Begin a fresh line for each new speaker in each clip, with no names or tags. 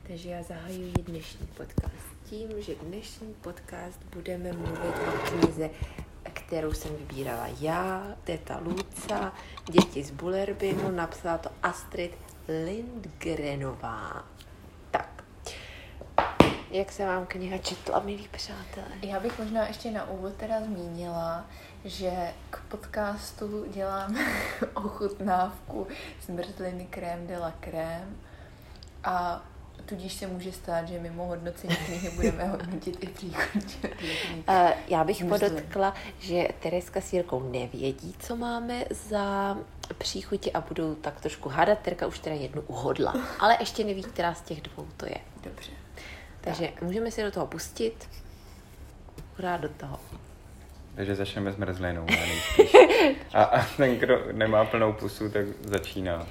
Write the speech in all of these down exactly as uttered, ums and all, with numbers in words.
Takže já zahajuji dnešní podcast tím, že dnešní podcast budeme mluvit o knize, kterou jsem vybírala já, teta Luca, děti z Bullerbinu, napsala to Astrid Lindgrenová. Tak, jak se vám kniha četla, milí přátelé?
Já bych možná ještě na úvod teda zmínila, že k podcastu dělám ochutnávku zmrzliny crème de la crème a tudíž se může stát, že mimo hodnocení knihy budeme hodnotit i příchuť.
Uh, já bych Zmrzlin. podotkla, že Tereska s Jirkou nevědí, co máme za příchutě a budou tak trošku hádat. Terka už teda jednu uhodla, ale ještě neví, která z těch dvou to je.
Dobře.
Takže tak. Můžeme si do toho pustit. Hurá do toho.
Takže začneme s mrzlinou. A, a ten, kdo nemá plnou pusu, tak začíná.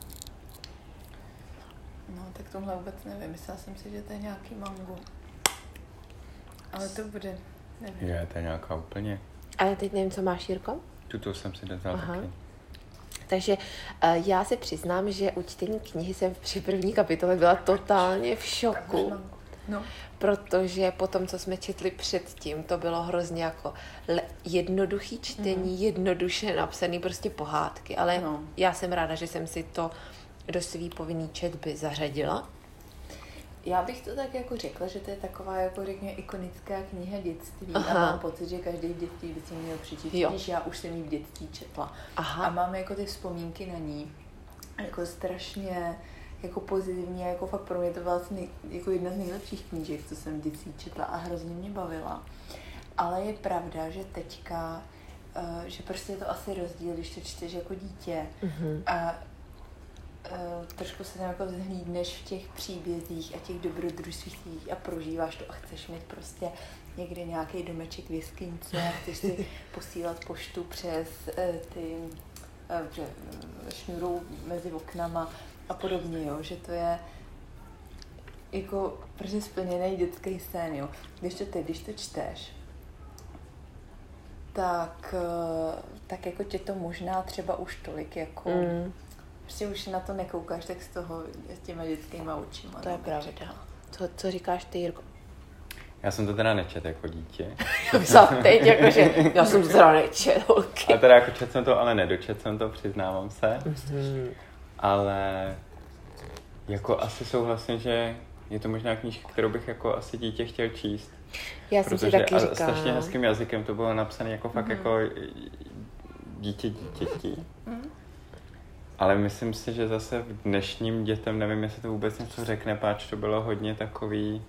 No, tak tohle vůbec nevím. Myslela jsem si, že to je nějaký mango. Ale to bude, nevím.
Je, to je nějaká úplně.
Ale teď nevím, co máš, Jirko?
Tuto jsem si dozal taky.
Takže uh, já se přiznám, že u čtení knihy jsem při první kapitole byla totálně v šoku.
No.
Protože po tom, co jsme četli předtím, to bylo hrozně jako le- jednoduchý čtení, mm. jednoduše napsaný prostě pohádky. Ale no. Já jsem ráda, že jsem si to do svý povinný četby zařadila.
Já bych to tak jako řekla, že to je taková jako řekně ikonická kniha dětství.
Aha.
A mám pocit, že každý v dětství by si měl přečíst, když já už jsem ji v dětství četla.
Aha.
A mám jako ty vzpomínky na ní jako strašně jako pozitivní a jako fakt pro mě to byla nej, jako jedna z nejlepších knížek, co jsem v dětství četla a hrozně mě bavila. Ale je pravda, že teďka, uh, že prostě je to asi rozdíl, když to čteš jako dítě
Mm-hmm.
a uh, trošku se tam jako zhlídneš v těch příbězích a těch dobrodružstvích a prožíváš to a chceš mít prostě někde nějaký domeček v jeskyňce a chceš si posílat poštu přes uh, ty uh, šňůrou mezi oknama a podobně, jo, že to je jako prostě splněný dětský sen, jo. Když to teď, když to čteš, tak, tak jako tě to možná třeba už tolik jako, mm. prostě už na to nekoukáš tak z toho, s těma dětskýma očima.
To je pravda. Co, co říkáš ty, Jirko?
Já jsem to teda nečet jako dítě.
Za teď, jakože já jsem to teda nečet, holky.
A teda jako čet jsem to, ale nedočet jsem to, přiznávám se.
Mm-hmm.
Ale jako asi souhlasím, že je to možná knížka, kterou bych jako asi dítě chtěl číst.
Já jsem si taky říkala.
Strašně hezkým jazykem to bylo napsané jako fakt mm. jako dítě dítěti. Mm. Ale myslím si, že zase v dnešním dětem, nevím, jestli to vůbec něco řekne, páč to bylo hodně takový...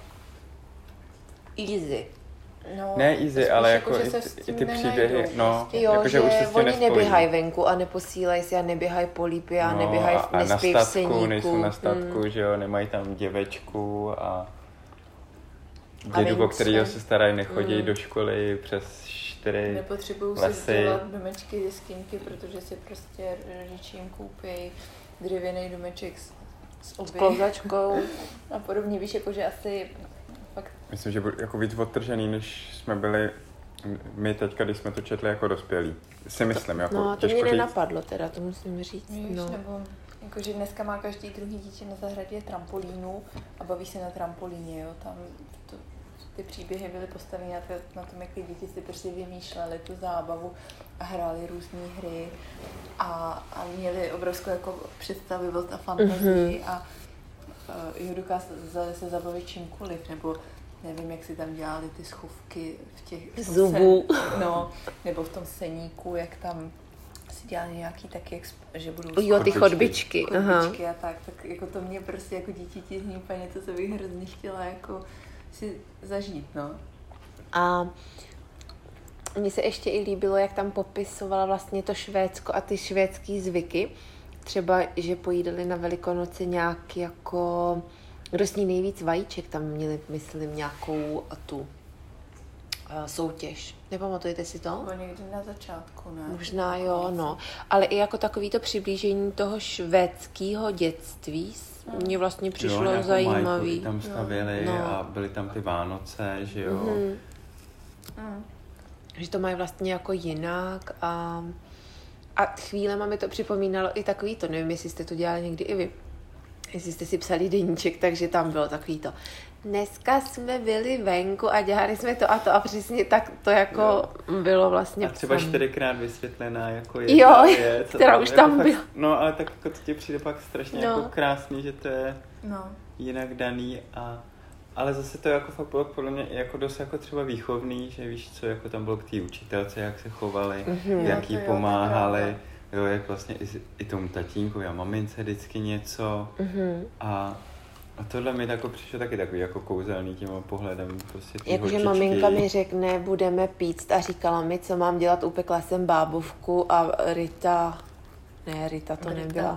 Easy.
No,
ne easy, ale jako,
jako
i, i ty příběhy, no,
jo,
jako, že,
že
už se s tím
oni
nespojí.
neběhají venku a neposílají si a neběhají po lípě a
no,
neběhají,
a,
nespí
a
v seníku.
nejsou na statku,
mm.
že jo, nemají tam děvečku a
a
dědu, o kterýho se starají, nechodí
mm.
do školy přes čtyři
Nepotřebují si dělat domečky, jeskyňky, protože si prostě rodiči jim koupí dřevěný domeček s, s oby.
S klouzačkou.
A podobně, víš, jakože asi fakt...
Myslím, že byl jako víc odtržený, než jsme byli my teďka, když jsme to četli jako dospělí. Si myslím, jako
no, to mě
říct.
nenapadlo teda, to musím říct.
Víš,
no.
nebo jakože dneska má každý druhý dítě na zahradě trampolínu a baví se na trampolíně, jo, tam to, ty příběhy byly postaveny na, to, na tom, jak ty děti si prostě vymýšleli tu zábavu a hráli různé hry a, a měli obrovskou jako představivost a fantazii mm-hmm. a uh, jo, dokázali se zabavit čímkoliv, nebo nevím, jak si tam dělali ty schovky v těch...
Zubů.
Sen, no, nebo v tom seníku, jak tam si dělali nějaký taky, že budou...
Jo, ty chodbičky.
Chodbičky a tak, tak jako to mě prostě jako dítěti zní úplně něco, co bych hrozně chtěla jako si zažít, no.
A mně se ještě i líbilo, jak tam popisovala vlastně to Švédsko a ty švédský zvyky. Třeba, že pojídali na Velikonoce nějak jako... Kdo sní nejvíc vajíček, tam měli, myslím, nějakou tu uh, soutěž. Nepamatujete si to?
Bylo někdy na začátku, ne?
Možná jo, no. Ale i jako takový to přiblížení toho švédského dětství mě vlastně přišlo
jo,
zajímavý.
Majku tam stavili
no.
a byly tam ty Vánoce, že jo.
Mm-hmm.
Mm.
Že to mají vlastně jako jinak a, a chvílema mi to připomínalo i takový to, nevím, jestli jste to dělali někdy i vy, jestli jste si psali deníček, takže tam bylo takový to. Dneska jsme byli venku a dělali jsme to a to a přesně tak to jako jo. bylo vlastně.
A třeba
psaný.
čtyřikrát vysvětlená jako jedna
Jo,
věc,
která už tam
jako
byla.
Fakt, no ale tak jako to ti přijde pak strašně
No.
jako krásný, že to je
No.
jinak daný a ale zase to jako fakt bylo podle mě jako dost jako třeba výchovný, že víš co, jako tam bylo k té učitelce, jak se chovali,
Mhm.
jak jí
Jo, to jo,
pomáhali,
to
jo, jak vlastně i, i tomu tatínkovi a mamince vždycky něco
Mhm.
a a tohle mi jako přišlo taky takový jako kouzelný tím pohledem prostě ty
Jakože
holčičky.
maminka mi řekne, budeme pít a říkala mi, co mám dělat, upekla jsem bábovku a Rita, ne, Rita to
Brita.
nebyla.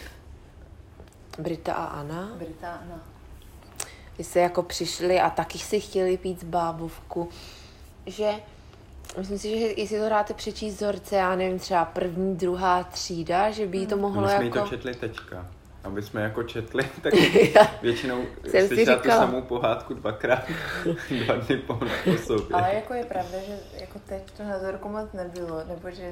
Brita a Anna.
Britána.
Když se jako přišli a taky si chtěli pít bábovku, že myslím si, že jestli to dáte přečíst vzorce, já nevím, třeba první, druhá třída, že by jí to mohlo
My jsme
jako...
jí to četli teďka. Aby jsme jako četli, tak většinou
Jsem si
slyšela tu
říkala.
samou pohádku dvakrát, dva dny po, po sobě.
Ale jako je pravda, že jako teď to na vzorku moc nebylo, nebo že...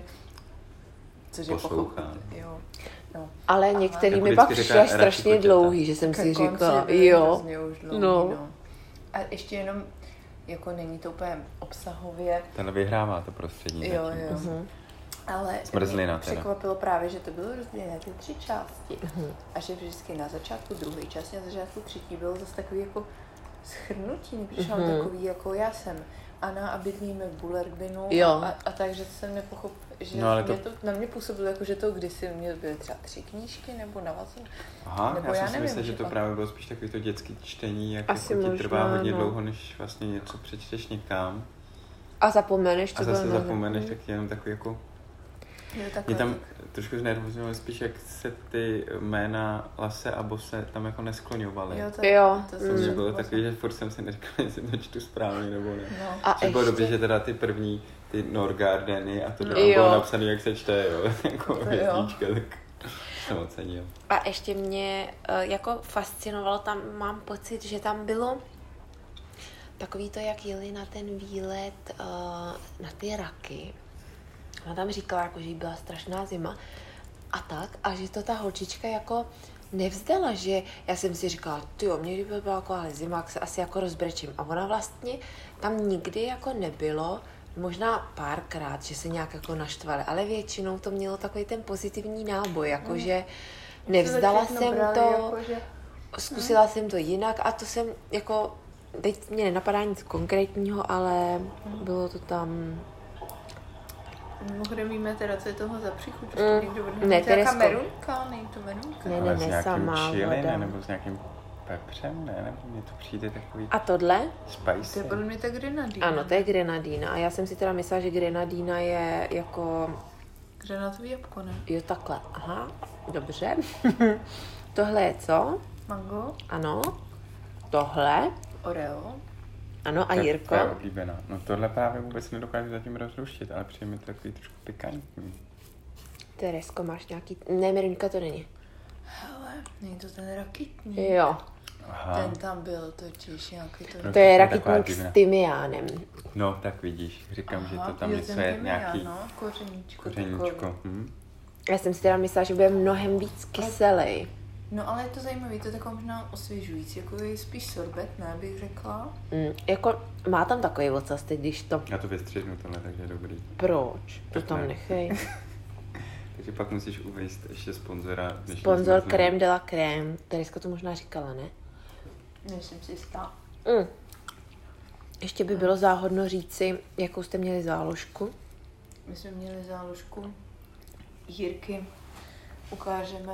Což je
Poslouchá.
pochopit, jo. No.
Ale některý
Jako
mi
vždycky
pak
říká,
přišla
radši
strašně
koťata.
dlouhý, že jsem
Ke
si
konci
říkala,
byly
jo,
hrozně už dlouhý,
no.
no. A ještě jenom, jako není to úplně obsahově,
Ten vyhrává to prostředí.
jo,
zatím.
jo.
Mhm.
Ale
Zmrzlina
mě
teda.
překvapilo právě, že to bylo rozdělené na ty tři části.
Mhm.
A že vždycky na začátku druhé části, na začátku třetí bylo zase takový jako schrnutí, nepřišel
Mhm.
takový jako já jsem Anna a bydlíme v Bullerbinu
Jo.
a, a takže jsem nepochopil, že
No, ale
mě
to-
to, na mě působilo jako, že to kdysi mě byly třeba tři knížky nebo navazují.
Aha,
Nebo
já
já
jsem si
nevím,
myslel, že
že
to
pak-
právě bylo spíš takový to dětský čtení, jak
Asi
jako ti
možná,
trvá hodně
no.
dlouho, než vlastně něco přečteš někam.
A zapomeneš, co
A zase
bylo na-
zapomeneš, tak jenom takový jako...
Jo,
Mě
takhle.
tam trošku znervozňovalo spíš, jak se ty jména Lase a Bose tam jako neskloňovaly.
Jo, to,
Jo,
to,
To
jsem
mě
Mm.
bylo
řekla.
takový, že furt jsem si neříkal, jestli to čtu správně nebo ne.
No.
A
Že bylo
ještě,
dobře, že teda ty první, ty Norgardeny a to
No.
tam bylo
Jo.
napsané, jak se čte, jo, jako
To jo.
hvězdička, tak jsem ocenil.
a ještě mě eh, jako fascinovalo, tam mám pocit, že tam bylo takový to, jak jeli na ten výlet eh, na ty raky. Ona tam říkala, jako, že jí byla strašná zima a tak, a že to ta holčička jako nevzdala, že já jsem si říkala, tyjo, mě kdyby byla jako ale zima, tak se asi jako rozbrečím. A ona vlastně tam nikdy jako nebylo, možná párkrát, že se nějak jako naštvali, ale většinou to mělo takový ten pozitivní náboj, jako že nevzdala
Všechno
jsem
brali,
to,
Jako, že...
zkusila jsem to jinak a to jsem jako, teď mě nenapadá nic konkrétního, ale bylo to tam...
Mimochodem víme teda, co je toho za příchuť.
Mm.
Někdo
Ne,
odhadne, to je jaká
Teresko.
merunka, není to merunka.
Ne,
Ale
ne,
s
ne,
nějakým
samá
chili,
voda.
ne, nebo s nějakým pepřem, ne, nebo mně to přijde takový
A tohle?
To je
spicy.
podle mě ta grenadýna.
Ano, to je grenadína. A já jsem si teda myslela, že grenadína je jako...
Granátový jabko, ne?
Jo, takhle. Aha, dobře. Tohle je co?
Mango,
Ano. Tohle.
Oreo.
Ano, a
To je-
Jirko?
To je oblíbená. No tohle právě vůbec nedokážu zatím rozluštit, ale přijde mi to takový trošku pikantní.
Teresko, máš nějaký... Ne, Mirinka to není.
Hele, není to ten rakitní.
Jo,
Aha.
Ten tam byl totiž nějaký to...
No.
to je
To je taková
rakitník
divná.
s tymiánem.
No, tak vidíš, říkám, že to tam
jo,
něco
ten
je
tymián,
nějaký
no, kořeníčko.
kořeníčko.
takový.
Hm?
Já jsem si teda myslela, že bude mnohem víc kyselej.
No ale je to zajímavé, to je taková možná osvěžující, jako je spíš sorbet, ne, bych řekla.
Mm, jako má tam takový ocas teď, když to...
Já to vystřihnu tohle, takže je dobrý.
Proč? To
Tak
tam
ne.
nechej.
Takže pak musíš uvést ještě sponzora. dnešní
Sponzor
zmrzliny.
Crème de la Crème. Tereska to možná říkala, ne?
Nejsem si jistá.
Mm. Ještě by bylo záhodno říci, jakou jste měli záložku.
My jsme měli záložku Jirky, ukážeme.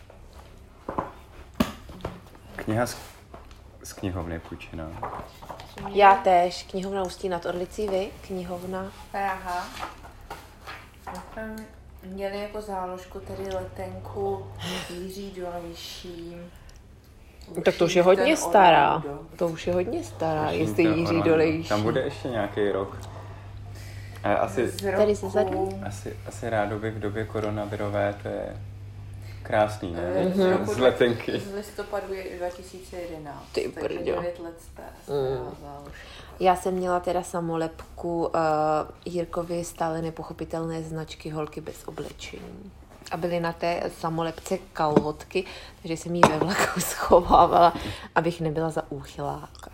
Kniha z, z knihovny půjčená.
Jsme měli
Já též. Knihovna Ústí nad Orlicí, vy? Knihovna.
Praha. My jsme měli jako záložku tady letenku Jiří Dolejší.
Tak to už je hodně stará. To už je hodně stará,
Tuším,
jestli
to
Jiří
ono-
Dolejší.
Tam bude ještě nějaký rok. A asi,
Z
Tady se
roku-
zadní?
asi, asi rádoby v době koronavirové, to je krásný, ne?
Eh, z
Mhm.
roku
Z letenky.
Z listopadu je dva tisíce jedenáct.
Ty
takže
brďo.
devět let stará
Mm.
záložka.
Já jsem měla teda samolepku uh, Jirkovi stále nepochopitelné značky Holky bez oblečení. a byly na té samolepce kalhotky, takže jsem jí ve vlaku schovávala, abych nebyla za úchyláka.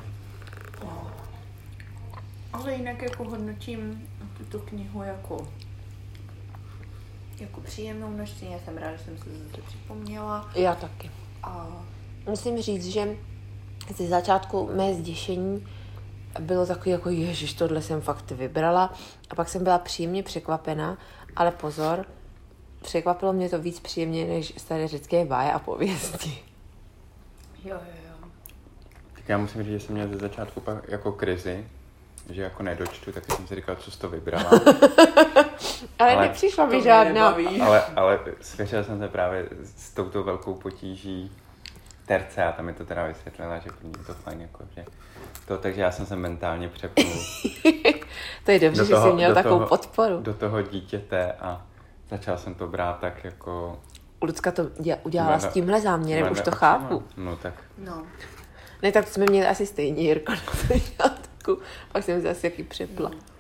Ale jinak jako hodnotím tuto knihu jako, jako příjemnou noční. Já jsem ráda, že jsem se zase připomněla.
Já taky.
A
musím říct, že ze začátku mé zděšení bylo takový jako ježiš, tohle jsem fakt vybrala. A pak jsem byla příjemně překvapená, ale pozor, překvapilo mě to víc příjemně než staré řecké báje a pověsti.
Jo, jo, jo.
Tak já musím říct, že jsem měl ze začátku pak jako krizi, že jako nedočtu, tak jsem si říkal, co jsi to vybrala.
ale, ale nepřišla mi žádná.
Ale, ale svěřil jsem se právě s touto velkou potíží terce a tam mi to teda vysvětlila, že pro mě to fajn, jako, že to, takže já jsem se mentálně přepnul.
To je dobře, toho, že jsi měl takovou
toho,
podporu.
Do toho dítěte a začal jsem to brát tak jako...
Lucka to udělala mene, s tímhle záměrem, už to očima. Chápu.
No tak.
No.
Ne, tak jsme měli asi stejně, Jirko, na začátku. Pak jsem zase jaký přepla. Hmm.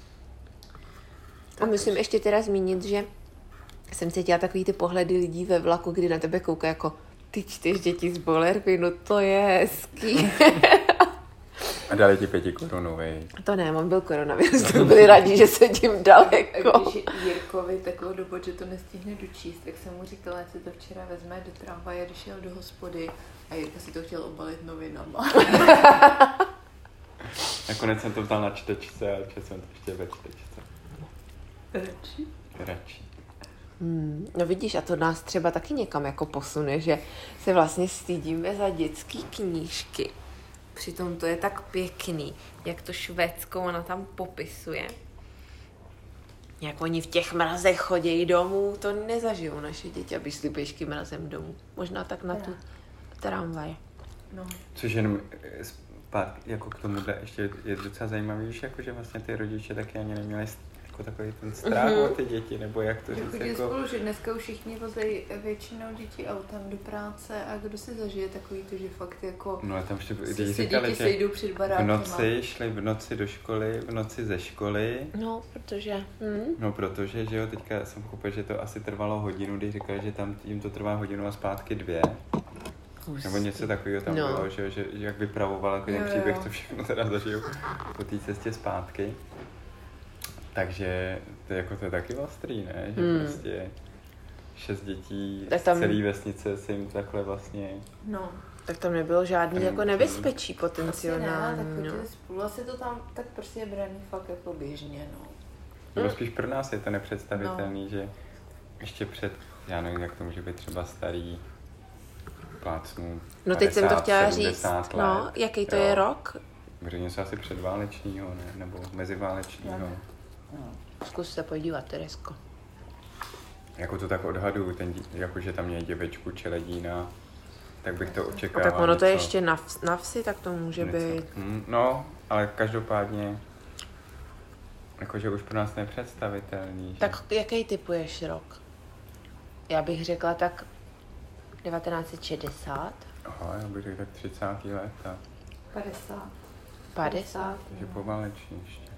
A musím ještě teda zmínit, že jsem cítila takový ty pohledy lidí ve vlaku, kdy na tebe koukají jako ty čtyř děti z Bolerby, no to je hezký.
A dali ti pěti korunu, vej.
To ne, on byl koronavirus, to byli rádi, že se tím daleko.
A když Jirkovi takovou dobu, že to nestihne dočíst, tak jsem mu říkala, že si to včera vezme do tramvaje, když jel do hospody a Jirka si to chtěl obalit novinama.
Nakonec jsem to vzal na čtečce a četl jsem to ještě ve čtečce.
Radši?
Radši.
Hmm, no vidíš, a to nás třeba taky někam jako posune, že se vlastně stydíme za dětský knížky. Přitom to je tak pěkný, jak to Švédsko ona tam popisuje. Jak oni v těch mrazech chodí domů, to nezažijou naše děti, aby šli pěšky mrazem domů. Možná tak na tu tramvaj.
No.
Což jenom jako k tomuhle ještě je docela zajímavější, jako že vlastně ty rodiče taky ani neměli jako takový ten strach mm-hmm. o ty děti, nebo jak to říct,
jako... spolu, že dneska už všichni vozejí většinou děti autem do práce a kdo si zažije takový to, že fakt jako...
No a tam ještě
si říkali, děti sejdou před barákem.
V noci šli v noci do školy, v noci ze školy.
No, protože... Hmm.
No, protože, že jo, teďka jsem pochopil, že to asi trvalo hodinu, když říkali, že tam jim to trvá hodinu a zpátky dvě. Kus. Nebo něco takového tam no. bylo, že, že, že jak vypravoval jako ten příběh, co všechno teda zažiju po té cestě zpátky. Takže to, jako to je taky ostrý, ne? Že hmm. prostě šest dětí tak tam... z celé vesnice se jim takhle vlastně...
No, tak tam nebylo žádný jako nebezpečí potenciální.
Ne, tak no. Spolu asi to tam tak prostě je braný fakt jako běžně, no.
Nebo spíš pro nás je to nepředstavitelný, no. Že ještě před, já nevím, jak to může být třeba starý plácnu
no teď jsem to chtěla říct, let. No, jaký to jo. je rok?
Protože něco asi předválečního, ne? Nebo meziválečního. No.
No. Zkus se podívat, Teresko.
Jako to tak odhaduju, ten, jako že tam je děvečku čeledína, tak bych to očekával.
A tak ono něco, to je ještě na, vs, na vsi, tak to může něco. být.
Hmm, no, ale každopádně, jakože už pro nás nepředstavitelný. Že?
Tak jaký typuješ rok? Já bych řekla tak devatenáct set šedesát.
Aha, já bych řekl tak třicátá léta.
padesát.
padesát?
Takže poválečně ještě.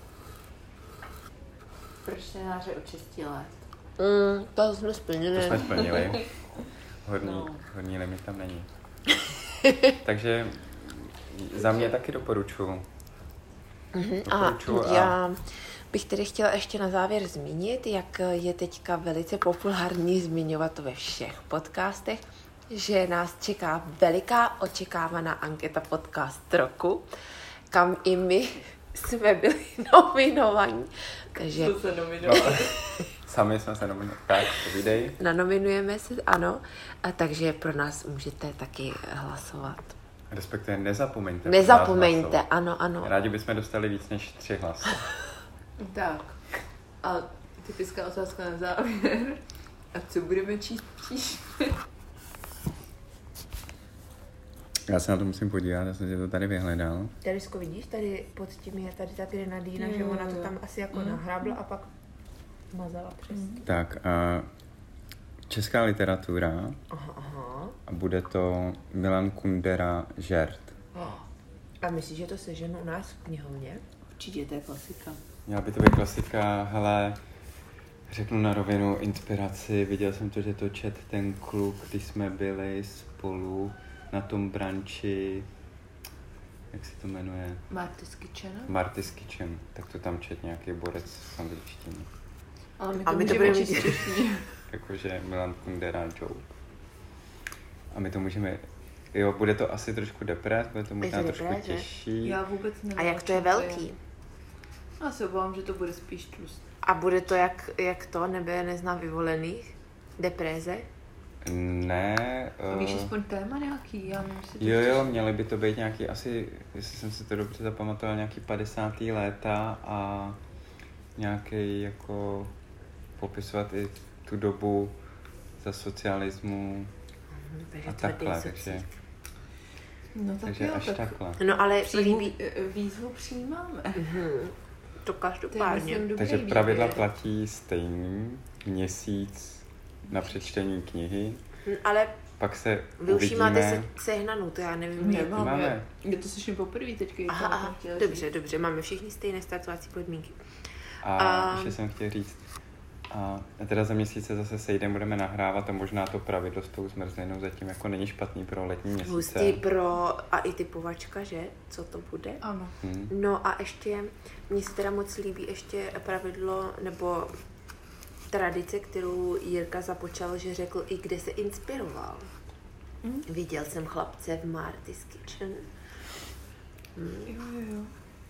Pro čtenáře od šesti let.
Mm, to jsme splnili.
To jsme splnili. Hodný, no. hodný limit tam není. Takže za mě taky doporučuji.
Mm-hmm. Doporučuji a, a já bych tedy chtěla ještě na závěr zmínit, jak je teďka velice populární zmiňovat ve všech podcastech, že nás čeká veliká očekávaná anketa podcast roku, kam i my jsme byli nominovaní. Takže...
Co se nominovali?
Sami jsme se nominovali. Tak, povídej.
Nanominujeme se, ano. A takže pro nás můžete taky hlasovat.
Respektive nezapomeňte.
Nezapomeňte, ano, ano.
Rádi bychom dostali víc než tři hlasy.
Tak. A typická otázka na závěr. A co budeme číst příště?
Já se na to musím podívat, já jsem si to tady vyhledal.
Teresko, vidíš, tady pod tím je tady ta grenadýna, mm. že ona to tam asi jako mm. nahrabla a pak mazala přesně. Mm.
Tak a česká literatura.
Aha, aha.
A bude to Milan Kundera Žert.
Oh. A myslíš, že to seženu u nás v knihovně?
Určitě, to je klasika.
Měla by to být klasika, hele, Řeknu na rovinu inspiraci, viděl jsem to, že to čet ten kluk, když jsme byli spolu na tom branči, jak se to jmenuje?
Marty's Kitchen.
Marty's Kitchen, tak to tam čet nějaký borec v angličtině.
Ale my to,
A my to
můžeme
budeme
číst češtině.
Jakože Milan Kundera joke. A my to můžeme, jo, bude to asi trošku depres, bude to možná
to
trošku
depres, že?
těžší.
Já vůbec nevím.
A jak to je velký?
Já se obávám, že to bude spíš tlust.
A bude to jak, jak to, nebe neznám vyvolených? Depréze?
Ne.
A víš
Uh,
aspoň téma nějaký? Já nevím, jestli to
jo, jo,
chceš-
měly by to být nějaký asi, jestli jsem si to dobře zapamatoval, nějaký padesátý léta a nějaký jako popisovat i tu dobu za socialismu
Takže
a
tvrdý
takhle,
socík.
takže,
No tak
takže
jo,
až
tak
takhle.
No ale
Přijmu,
líbí...
výzvu přijímáme.
Mhm. To
To je,
každopádně.
myslím, dobrý
Takže
výběr.
pravidla platí stejný, měsíc na přečtení knihy,
Hm, Ale
pak se
vy už jí máte
uvidíme.
se, sehnanou, to já nevím. jak-
Nemáme.
Máme.
Je to slyším poprvé teďka.
Aha, aha, dobře, dobře, máme všichni stejné startovací podmínky.
A
A-
ještě jsem chtěl říct, a teda za měsíc se zase sejdeme, budeme nahrávat a možná to pravidlo s tou zmrzlinou zatím jako není špatný pro letní měsíce.
Hustý pro a i typovačka, že? Co to bude?
Ano.
Hmm.
No a ještě, mně se teda moc líbí ještě pravidlo, nebo tradice, kterou Jirka započal, že řekl i kde se inspiroval.
Mm.
Viděl jsem chlapce v Marty's Kitchen. Hmm.
Jo, jo, jo.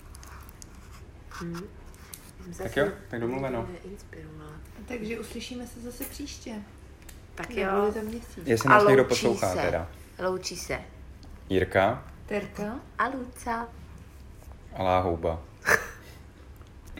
Hmm. Jsem se
Tak
asi
jo, tak domluveno.
inspirovala.
Takže uslyšíme se zase příště.
Tak
Nebude
jo,
za měsíc.
Jestli
A
nás někdo
loučí
poslouchá
se.
teda.
loučí se.
Jirka
Terka.
A Luca.
a Láhouba.